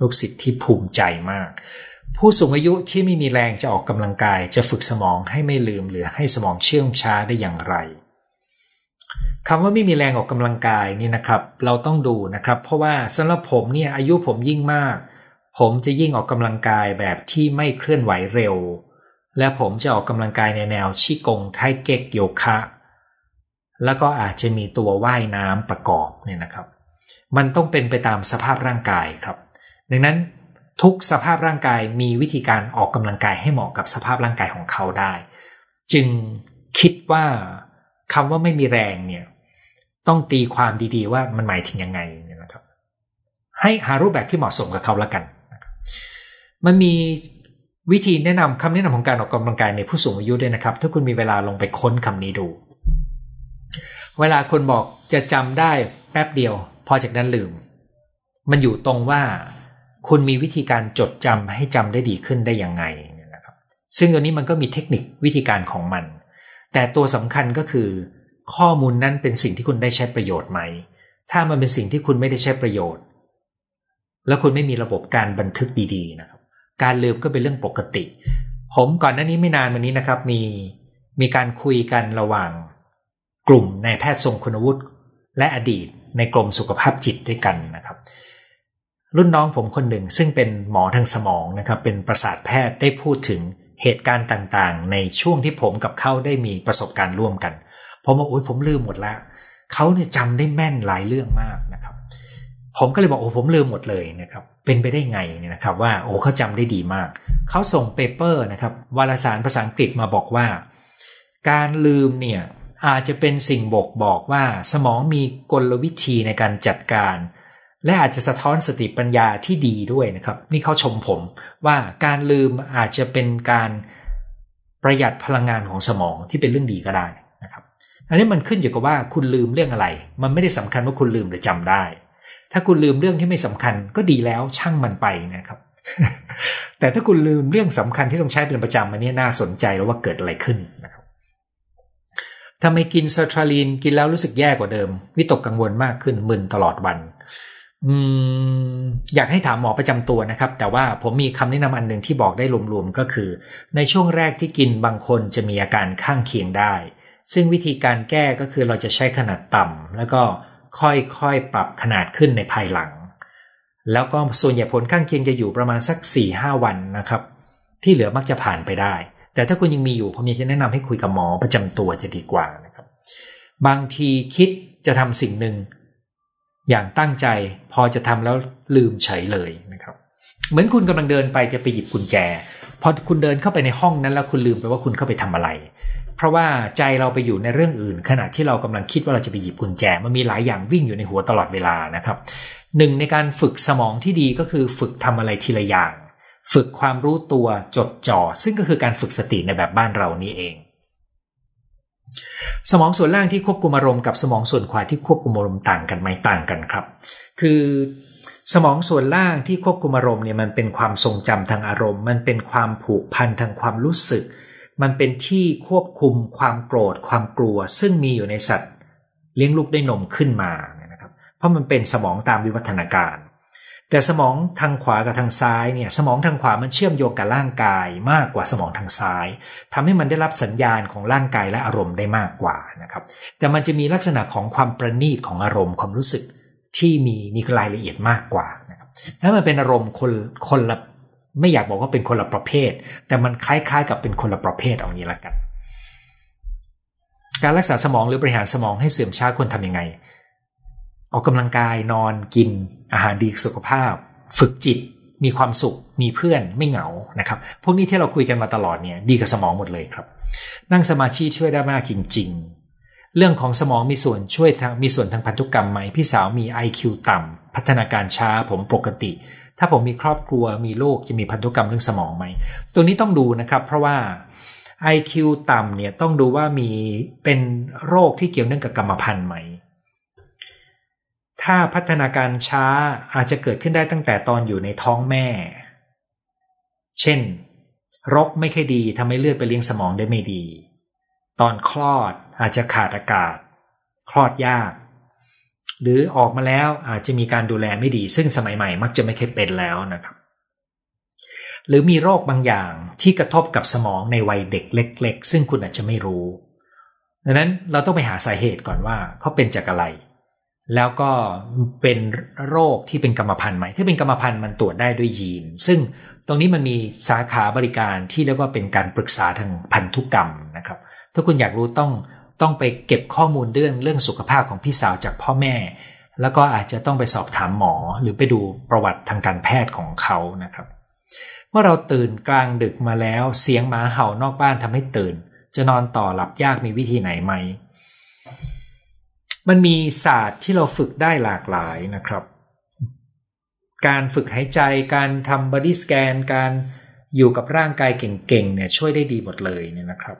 ลูกศิษย์ที่ภูมิใจมากผู้สูงอายุที่ไม่มีแรงจะออกกำลังกายจะฝึกสมองให้ไม่ลืมหรือให้สมองเชื่องช้าได้อย่างไรคำว่าไม่มีแรงออกกำลังกายนี่นะครับเราต้องดูนะครับเพราะว่าสำหรับผมเนี่ยอายุผมยิ่งมากผมจะยิ่งออกกำลังกายแบบที่ไม่เคลื่อนไหวเร็วและผมจะออกกำลังกายในแนวชิกงไทเก๊กโยคะแล้วก็อาจจะมีตัวว่ายน้ำประกอบเนี่ยนะครับมันต้องเป็นไปตามสภาพร่างกายครับดังนั้นทุกสภาพร่างกายมีวิธีการออกกำลังกายให้เหมาะกับสภาพร่างกายของเขาได้จึงคิดว่าคำว่าไม่มีแรงเนี่ยต้องตีความดีๆว่ามันหมายถึงยังไงนะครับให้หารูปแบบที่เหมาะสมกับเขาละกันมันมีวิธีแนะนำคำแนะนำของการออกกำลังกายในผู้สูงอายุด้วยนะครับถ้าคุณมีเวลาลงไปค้นคำนี้ดูเวลาคนบอกจะจำได้แป๊บเดียวพอจากนั้นลืมมันอยู่ตรงว่าคุณมีวิธีการจดจำให้จำได้ดีขึ้นได้ยังไงนะครับซึ่งตัวนี้มันก็มีเทคนิควิธีการของมันแต่ตัวสำคัญก็คือข้อมูลนั้นเป็นสิ่งที่คุณได้ใช้ประโยชน์ไหมถ้ามันเป็นสิ่งที่คุณไม่ได้ใช้ประโยชน์แล้วคุณไม่มีระบบการบันทึกดีๆนะครับการลืมก็เป็นเรื่องปกติผมก่อนหน้านี้ไม่นานมานี้นะครับมีการคุยกันระหว่างกลุ่มนายแพทย์ทรงคุณวุฒิและอดีตในกรมสุขภาพจิตด้วยกันนะครับรุ่นน้องผมคนหนึ่งซึ่งเป็นหมอทางสมองนะครับเป็นประสาทแพทย์ได้พูดถึงเหตุการณ์ต่างๆในช่วงที่ผมกับเขาได้มีประสบการณ์ร่วมกันผมว่าโอ๊ยผมลืมหมดแล้วเขาเนี่ยจำได้แม่นหลายเรื่องมากนะครับผมก็เลยบอกโอ้ผมลืมหมดเลยนะครับเป็นไปได้ไงเนี่ยนะครับว่าโอ้เขาจำได้ดีมากเขาส่งเปเปอร์นะครับวารสารภาษาอังกฤษมาบอกว่าการลืมเนี่ยอาจจะเป็นสิ่งบ่งบอกว่าสมองมีกลวิธีในการจัดการและอาจจะสะท้อนสติปัญญาที่ดีด้วยนะครับนี่เขาชมผมว่าการลืมอาจจะเป็นการประหยัดพลังงานของสมองที่เป็นเรื่องดีก็ได้นะครับอันนี้มันขึ้นอยู่กับว่าคุณลืมเรื่องอะไรมันไม่ได้สำคัญว่าคุณลืมหรือจำได้ถ้าคุณลืมเรื่องที่ไม่สำคัญก็ดีแล้วช่างมันไปนะครับ แต่ถ้าคุณลืมเรื่องสำคัญที่ต้องใช้เป็นประจำอันนี้น่าสนใจแล้วว่าเกิดอะไรขึ้นนะครับทำไมกินเซอร์ทราลีนกินแล้วรู้สึกแย่กว่าเดิมวิตกกังวลมากขึ้นมึนตลอดวันอยากให้ถามหมอประจำตัวนะครับแต่ว่าผมมีคำแนะนำอันหนึ่งที่บอกได้รวมๆก็คือในช่วงแรกที่กินบางคนจะมีอาการข้างเคียงได้ซึ่งวิธีการแก้ก็คือเราจะใช้ขนาดต่ำแล้วก็ค่อยๆปรับขนาดขึ้นในภายหลังแล้วก็ส่วนใหญ่ผลข้างเคียงจะอยู่ประมาณสัก 4-5 วันนะครับที่เหลือมักจะผ่านไปได้แต่ถ้าคุณยังมีอยู่ผมอยากจะแนะนำให้คุยกับหมอประจำตัวจะดีกว่านะครับบางทีคิดจะทำสิ่งหนึ่งอย่างตั้งใจพอจะทำแล้วลืมเฉยเลยนะครับเหมือนคุณกำลังเดินไปจะไปหยิบกุญแจพอคุณเดินเข้าไปในห้องนั้นแล้วคุณลืมไปว่าคุณเข้าไปทำอะไรเพราะว่าใจเราไปอยู่ในเรื่องอื่นขณะที่เรากำลังคิดว่าเราจะไปหยิบกุญแจมันมีหลายอย่างวิ่งอยู่ในหัวตลอดเวลานะครับหนึ่งในการฝึกสมองที่ดีก็คือฝึกทำอะไรทีละอย่างฝึกความรู้ตัวจดจ่อซึ่งก็คือการฝึกสติในแบบบ้านเรานี่เองสมองส่วนล่างที่ควบคุมอารมณ์กับสมองส่วนขวาที่ควบคุมอารมณ์ต่างกันไหมต่างกันครับคือสมองส่วนล่างที่ควบคุมอารมณ์เนี่ยมันเป็นความทรงจำทางอารมณ์มันเป็นความผูกพันทางความรู้สึกมันเป็นที่ควบคุมความโกรธความกลัวซึ่งมีอยู่ในสัตว์เลี้ยงลูกด้วยนมขึ้นมานะครับเพราะมันเป็นสมองตามวิวัฒนาการแต่สมองทางขวากับทางซ้ายเนี่ยสมองทางขวามันเชื่อมโยงกับร่างกายมากกว่าสมองทางซ้ายทำให้มันได้รับสัญญาณของร่างกายและอารมณ์ได้มากกว่านะครับแต่มันจะมีลักษณะของความประณีตของอารมณ์ความรู้สึกที่มีรายละเอียดมากกว่านะครับและมันเป็นอารมณ์คนละไม่อยากบอกว่าเป็นคนละประเภทแต่มันคล้ายๆกับเป็นคนละประเภทเอางี้ละกันการรักษาสมองหรือบริหารสมองให้เสื่อมช้าควรทำยังไงออกกำลังกายนอนกินอาหารดีสุขภาพฝึกจิตมีความสุขมีเพื่อนไม่เหงานะครับพวกนี้ที่เราคุยกันมาตลอดเนี่ยดีกับสมองหมดเลยครับนั่งสมาธิช่วยได้มากจริงๆเรื่องของสมองมีส่วนทางพันธุกรรมไหมพี่สาวมี IQ ต่ำพัฒนาการช้าผมปกติถ้าผมมีครอบครัวมีลูกจะมีพันธุกรรมเรื่องสมองไหมตัวนี้ต้องดูนะครับเพราะว่า IQ ต่ำเนี่ยต้องดูว่ามีเป็นโรคที่เกี่ยวเนื่องกับกรรมพันธุ์ไหมถ้าพัฒนาการช้าอาจจะเกิดขึ้นได้ตั้งแต่ตอนอยู่ในท้องแม่เช่นรกไม่ค่อยดีทำให้เลือดไปเลี้ยงสมองได้ไม่ดีตอนคลอดอาจจะขาดอากาศคลอดยากหรือออกมาแล้วอาจจะมีการดูแลไม่ดีซึ่งสมัยใหม่มักจะไม่เคยเป็นแล้วนะครับหรือมีโรคบางอย่างที่กระทบกับสมองในวัยเด็กเล็กๆซึ่งคุณอาจจะไม่รู้ดังนั้นเราต้องไปหาสาเหตุก่อนว่าเขาเป็นจากอะไรแล้วก็เป็นโรคที่เป็นกรรมพันธุ์ไหมถ้าเป็นกรรมพันธุ์มันตรวจได้ด้วยยีนซึ่งตรงนี้มันมีสาขาบริการที่เรียกว่าเป็นการปรึกษาทางพันธุกรรมนะครับถ้าคุณอยากรู้ต้องไปเก็บข้อมูลเรื่องสุขภาพของพี่สาวจากพ่อแม่แล้วก็อาจจะต้องไปสอบถามหมอหรือไปดูประวัติทางการแพทย์ของเขานะครับเมื่อเราตื่นกลางดึกมาแล้วเสียงหมาเห่านอกบ้านทำให้ตื่นจะนอนต่อหลับยากมีวิธีไหนไหมมันมีศาสตร์ที่เราฝึกได้หลากหลายนะครับการฝึกหายใจการทำบอดี้สแกนการอยู่กับร่างกายเก่งๆเนี่ยช่วยได้ดีหมดเลยเนี่ยนะครับ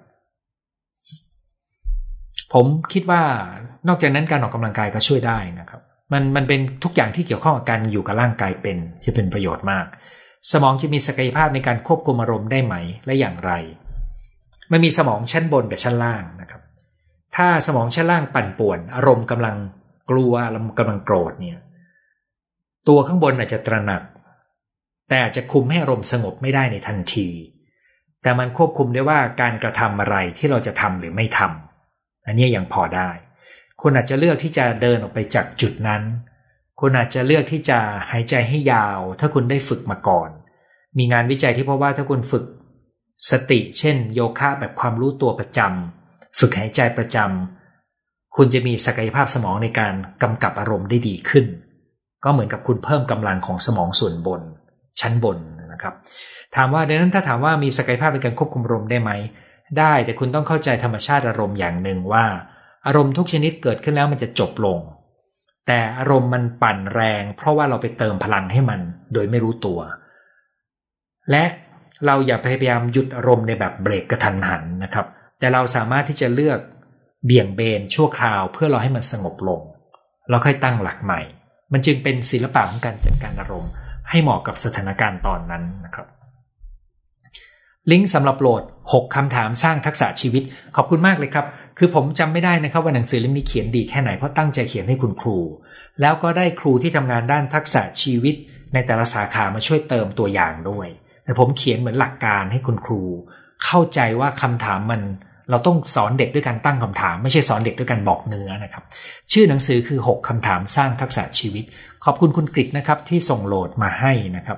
ผมคิดว่านอกจากนั้นการออกกำลังกายก็ช่วยได้นะครับมันเป็นทุกอย่างที่เกี่ยวข้องกับการอยู่กับร่างกายเป็นจะเป็นประโยชน์มากสมองจะมีศักยภาพในการควบคุมอารมณ์ได้ไหมและอย่างไรมันมีสมองชั้นบนกับชั้นล่างนะครับถ้าสมองชั้นล่างปั่นป่วนอารมณ์กำลังกลัวอารมณ์กำลังโกรธเนี่ยตัวข้างบนอาจจะตระหนักแต่อาจจะคุมให้อารมณ์สงบไม่ได้ในทันทีแต่มันควบคุมได้ว่าการกระทำอะไรที่เราจะทำหรือไม่ทำอันนี้ยังพอได้คุณอาจจะเลือกที่จะเดินออกไปจากจุดนั้นคุณอาจจะเลือกที่จะหายใจให้ยาวถ้าคุณได้ฝึกมาก่อนมีงานวิจัยที่พบว่าถ้าคุณฝึกสติเช่นโยคะแบบความรู้ตัวประจำฝึกหายใจประจำคุณจะมีศักยภาพสมองในการกำกับอารมณ์ได้ดีขึ้นก็เหมือนกับคุณเพิ่มกำลังของสมองส่วนบนชั้นบนนะครับถามว่าดังนั้นถ้าถามว่ามีศักยภาพในการควบคุมอารมณ์ได้ไหมได้แต่คุณต้องเข้าใจธรรมชาติอารมณ์อย่างหนึ่งว่าอารมณ์ทุกชนิดเกิดขึ้นแล้วมันจะจบลงแต่อารมณ์มันปั่นแรงเพราะว่าเราไปเติมพลังให้มันโดยไม่รู้ตัวและเราอย่าพยายามหยุดอารมณ์ในแบบเบรกกระทันหันนะครับแต่เราสามารถที่จะเลือกเบี่ยงเบนชั่วคราวเพื่อเราให้มันสงบลงแล้วค่อยตั้งหลักใหม่มันจึงเป็นศิลปะของการจัดการอารมณ์ให้เหมาะกับสถานการณ์ตอนนั้นนะครับลิงก์สำหรับโหลด6คำถามสร้างทักษะชีวิตขอบคุณมากเลยครับคือผมจำไม่ได้นะครับว่าหนังสือเล่มนี้เขียนดีแค่ไหนเพราะตั้งใจเขียนให้คุณครูแล้วก็ได้ครูที่ทำงานด้านทักษะชีวิตในแต่ละสาขามาช่วยเติมตัวอย่างด้วยแต่ผมเขียนเหมือนหลักการให้คุณครูเข้าใจว่าคำถามมันเราต้องสอนเด็กด้วยการตั้งคำถามไม่ใช่สอนเด็กด้วยการบอกเนื้อนะครับชื่อหนังสือคือ6คำถามสร้างทักษะชีวิตขอบคุณคุณกฤษนะครับที่ส่งโหลดมาให้นะครับ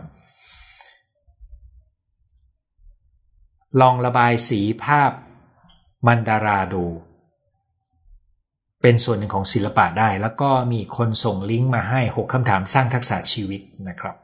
ลองระบายสีภาพมันดาราดูเป็นส่วนหนึ่งของศิลปะได้แล้วก็มีคนส่งลิงก์มาให้6คำถามสร้างทักษะชีวิตนะครับ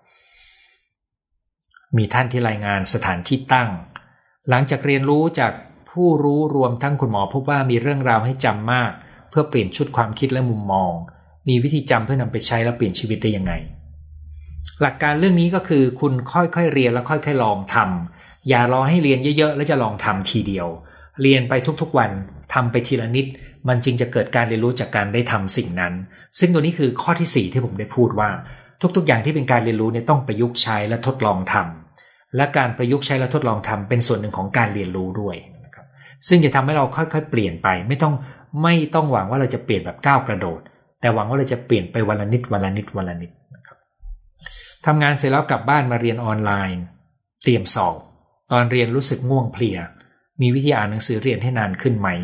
มีท่านที่รายงานสถานที่ตั้งหลังจากเรียนรู้จากผู้รู้รวมทั้งคุณหมอพบว่ามีเรื่องราวให้จำมากเพื่อเปลี่ยนชุดความคิดและมุมมองมีวิธีจำเพื่อนำไปใช้และเปลี่ยนชีวิตได้ยังไงหลักการเรื่องนี้ก็คือคุณค่อยๆเรียนแล้วค่อยๆลองทำอย่ารอให้เรียนเยอะๆแล้วจะลองทำทีเดียวเรียนไปทุกๆวันทำไปทีละนิดมันจึงจะเกิดการเรียนรู้จากการได้ทำสิ่งนั้นซึ่งตัวนี้คือข้อที่4ที่ผมได้พูดว่าทุกๆอย่างที่เป็นการเรียนรู้เนี่ยต้องประยุกต์ใช้และทดลองทำและการประยุกต์ใช้และทดลองทำเป็นส่วนหนึ่งของการเรียนรู้ด้วยนะครับซึ่งจะทำให้เราค่อยๆเปลี่ยนไปไม่ต้องหวังว่าเราจะเปลี่ยนแบบก้าวกระโดดแต่หวังว่าเราจะเปลี่ยนไปวันละนิดวันละนิดวันละนิดนะครับทำงานเสร็จแล้วกลับบ้านมาเรียนออนไลน์เตรียมสอบตอนเรียนรู้สึกง่วงเพลียมีวิธีอ่านหนังสือเรียนให้นานขึ้นไหม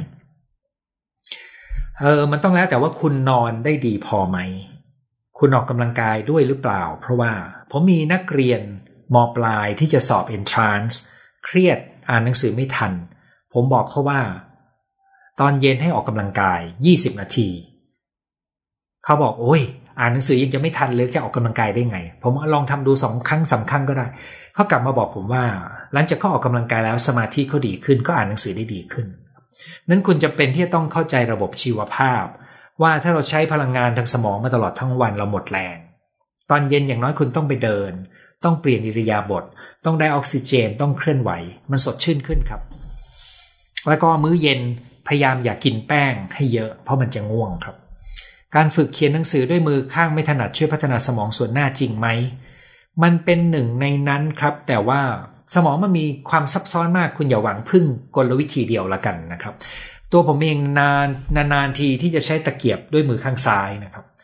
มันต้องแล้วแต่ว่าคุณนอนได้ดีพอไหมคุณออกกำลังกายด้วยหรือเปล่าเพราะว่าผมมีนักเรียนม.ปลายที่จะสอบ Entrance เครียดอ่านหนังสือไม่ทันผมบอกเขาว่าตอนเย็นให้ออกกำลังกาย20นาทีเขาบอกโอ้ยอ่านหนังสือยังจะไม่ทันเลยจะออกกำลังกายได้ไงผมลองทำดู2ครั้ง3ครั้งก็ได้เขากลับมาบอกผมว่าหลังจากเขาออกกำลังกายแล้วสมาธิเขาดีขึ้นก็อ่านหนังสือได้ดีขึ้นนั้นคุณจะเป็นที่จะต้องเข้าใจระบบชีวภาพว่าถ้าเราใช้พลังงานทางสมองมาตลอดทั้งวันเราหมดแรงตอนเย็นอย่างน้อยคุณต้องไปเดินต้องเปลี่ยนอิริยาบถต้องได้ออกซิเจนต้องเคลื่อนไหวมันสดชื่นขึ้นครับแล้วก็มื้อเย็นพยายามอย่ากกินแป้งให้เยอะเพราะมันจะง่วงครับการฝึกเขียนหนังสือด้วยมือข้างไม่ถนัดช่วยพัฒนาสมองส่วนหน้าจริงไหมมันเป็นหนึ่งในนั้นครับแต่ว่าสมองมันมีความซับซ้อนมากคุณอย่าหวังพึ่งกลวิธีเดียวละกันนะครับตัวผมเองนานทีที่จะใช้ตะเกียบด้วยมือข้างซ้ายนะครับ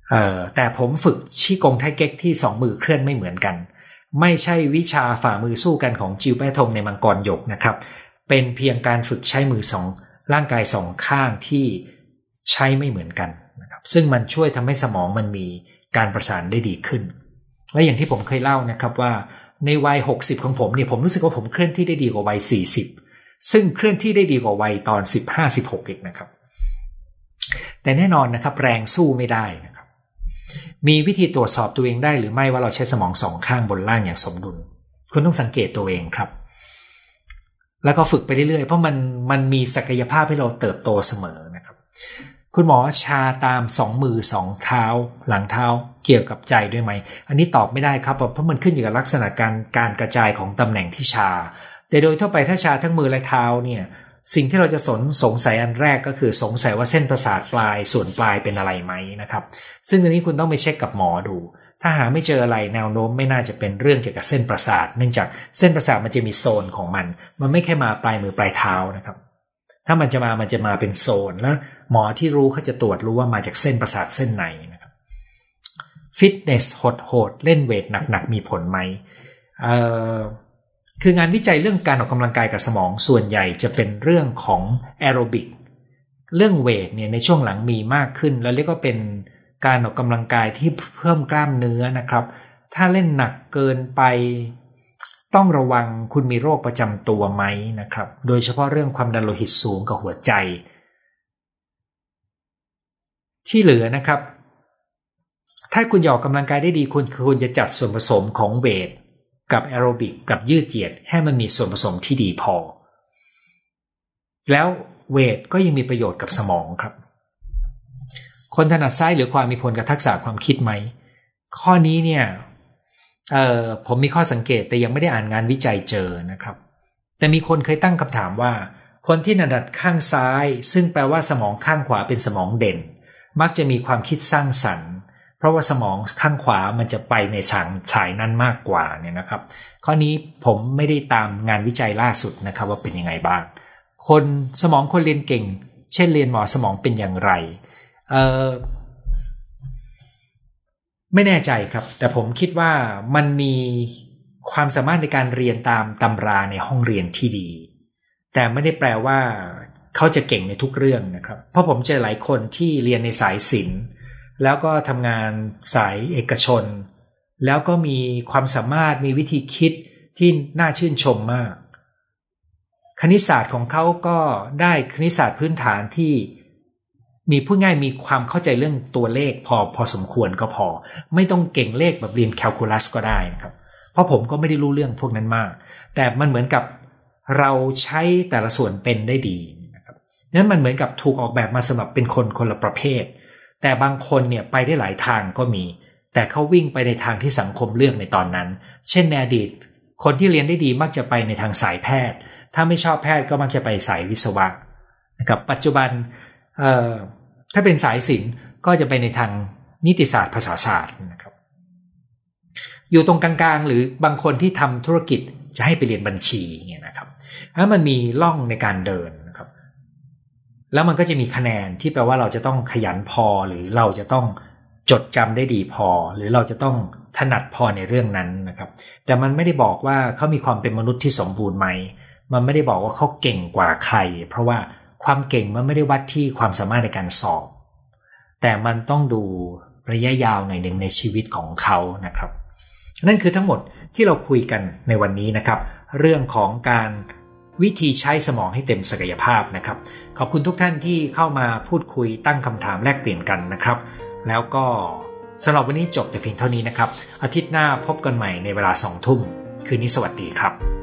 แต่ผมฝึกชี่กงไทเก๊กที่2มือเคลื่อนไม่เหมือนกันไม่ใช่วิชาฝ่ามือสู้กันของจิวแปทงในมังกรหยกนะครับเป็นเพียงการฝึกใช้มือ2ร่างกาย2ข้างที่ใช้ไม่เหมือนกันนะครับซึ่งมันช่วยทำให้สมองมันมีการประสานได้ดีขึ้นและอย่างที่ผมเคยเล่านะครับว่าในวัย60ของผมเนี่ยผมรู้สึกว่าผมเคลื่อนที่ได้ดีกว่าวัย40ซึ่งเคลื่อนที่ได้ดีกว่าวัยตอน15-16อีกนะครับแต่แน่นอนนะครับแรงสู้ไม่ได้นะครับมีวิธีตรวจสอบตัวเองได้หรือไม่ว่าเราใช้สมอง2ข้างบนล่างอย่างสมดุลคุณต้องสังเกตตัวเองครับแล้วก็ฝึกไปเรื่อยๆเพราะมันมีศักยภาพให้เราเติบโตเสมอนะครับคุณหมอชาตาม2มือ2เท้าหลังเท้าเกี่ยวกับใจด้วยไหมอันนี้ตอบไม่ได้ครับเพราะมันขึ้นอยู่กับลักษณะการกระจายของตำแหน่งที่ชาแต่โดยทั่วไปถ้าชาทั้งมือและเท้าเนี่ยสิ่งที่เราจะสงสัยอันแรกก็คือสงสัยว่าเส้นประสาทปลายส่วนปลายเป็นอะไรไหมนะครับซึ่งอันนี้คุณต้องไปเช็คกับหมอดูถ้าหาไม่เจออะไรแนวโน้มไม่น่าจะเป็นเรื่องเกี่ยวกับเส้นประสาทเนื่องจากเส้นประสาทมันจะมีโซนของมันไม่แค่มาปลายมือปลายเท้านะครับถ้ามันจะมาเป็นโซนแล้วหมอที่รู้เขาจะตรวจรู้ว่ามาจากเส้นประสาทเส้นไหนนะครับฟิตเนสโหดเล่นเวทหนักๆมีผลไหมคืองานวิจัยเรื่องการออกกำลังกายกับสมองส่วนใหญ่จะเป็นเรื่องของแอโรบิกเรื่องเวทเนี่ยในช่วงหลังมีมากขึ้นแล้วเรียกว่าเป็นการออกกำลังกายที่เพิ่มกล้ามเนื้อนะครับถ้าเล่นหนักเกินไปต้องระวังคุณมีโรคประจำตัวไหมนะครับโดยเฉพาะเรื่องความดันโลหิตสูงกับหัวใจที่เหลือนะครับถ้าคุณออกกำลังกายได้ดีคุณจะจัดส่วนผสมของเวทกับแอโรบิกกับยืดเหยียดให้มันมีส่วนผสมที่ดีพอแล้วเวทก็ยังมีประโยชน์กับสมองครับคนถนัดซ้ายหรือขวามีผลกับทักษะความคิดไหมข้อนี้เนี่ยผมมีข้อสังเกตแต่ยังไม่ได้อ่านงานวิจัยเจอนะครับแต่มีคนเคยตั้งคำถามว่าคนที่ถนัดข้างซ้ายซึ่งแปลว่าสมองข้างขวาเป็นสมองเด่นมักจะมีความคิดสร้างสรรค์เพราะว่าสมองข้างขวามันจะไปในสายนั้นมากกว่าเนี่ยนะครับข้อนี้ผมไม่ได้ตามงานวิจัยล่าสุดนะครับว่าเป็นยังไงบ้างคนสมองคนเรียนเก่งเช่นเรียนหมอสมองเป็นอย่างไรไม่แน่ใจครับแต่ผมคิดว่ามันมีความสามารถในการเรียนตามตำราในห้องเรียนที่ดีแต่ไม่ได้แปลว่าเขาจะเก่งในทุกเรื่องนะครับเพราะผมเจอหลายคนที่เรียนในสายศิลป์แล้วก็ทำงานสายเอกชนแล้วก็มีความสามารถมีวิธีคิดที่น่าชื่นชมมากคณิตศาสตร์ของเขาก็ได้คณิตศาสตร์พื้นฐานที่มีพูดง่ายมีความเข้าใจเรื่องตัวเลขพอสมควรก็พอไม่ต้องเก่งเลขแบบเรียนแคลคูลัสก็ได้นะครับเพราะผมก็ไม่ได้รู้เรื่องพวกนั้นมากแต่มันเหมือนกับเราใช้แต่ละส่วนเป็นได้ดีนะครับนั้นมันเหมือนกับถูกออกแบบมาสำหรับเป็นคนละประเภทแต่บางคนเนี่ยไปได้หลายทางก็มีแต่เขาวิ่งไปในทางที่สังคมเลือกในตอนนั้นเช่นในอดีตคนที่เรียนได้ดีมักจะไปในทางสายแพทย์ถ้าไม่ชอบแพทย์ก็มักจะไปสายวิศวะนะครับปัจจุบันถ้าเป็นสายศิลป์ก็จะไปในทางนิติศาสตร์ภาษาศาสตร์นะครับอยู่ตรงกลางๆหรือบางคนที่ทำธุรกิจจะให้ไปเรียนบัญชีเนี่ยนะครับแล้วมันมีล่องในการเดินนะครับแล้วมันก็จะมีคะแนนที่แปลว่าเราจะต้องขยันพอหรือเราจะต้องจดจำได้ดีพอหรือเราจะต้องถนัดพอในเรื่องนั้นนะครับแต่มันไม่ได้บอกว่าเขามีความเป็นมนุษย์ที่สมบูรณ์ไหมมันไม่ได้บอกว่าเขาเก่งกว่าใครเพราะว่าความเก่งมันไม่ได้วัดที่ความสามารถในการสอบแต่มันต้องดูระยะยาวหน่อยหนึ่งในชีวิตของเขานะครับนั่นคือทั้งหมดที่เราคุยกันในวันนี้นะครับเรื่องของการวิธีใช้สมองให้เต็มศักยภาพนะครับขอบคุณทุกท่านที่เข้ามาพูดคุยตั้งคำถามแลกเปลี่ยนกันนะครับแล้วก็สำหรับวันนี้จบแต่เพียงเท่านี้นะครับอาทิตย์หน้าพบกันใหม่ในเวลา 20:00 น.คืนนี้สวัสดีครับ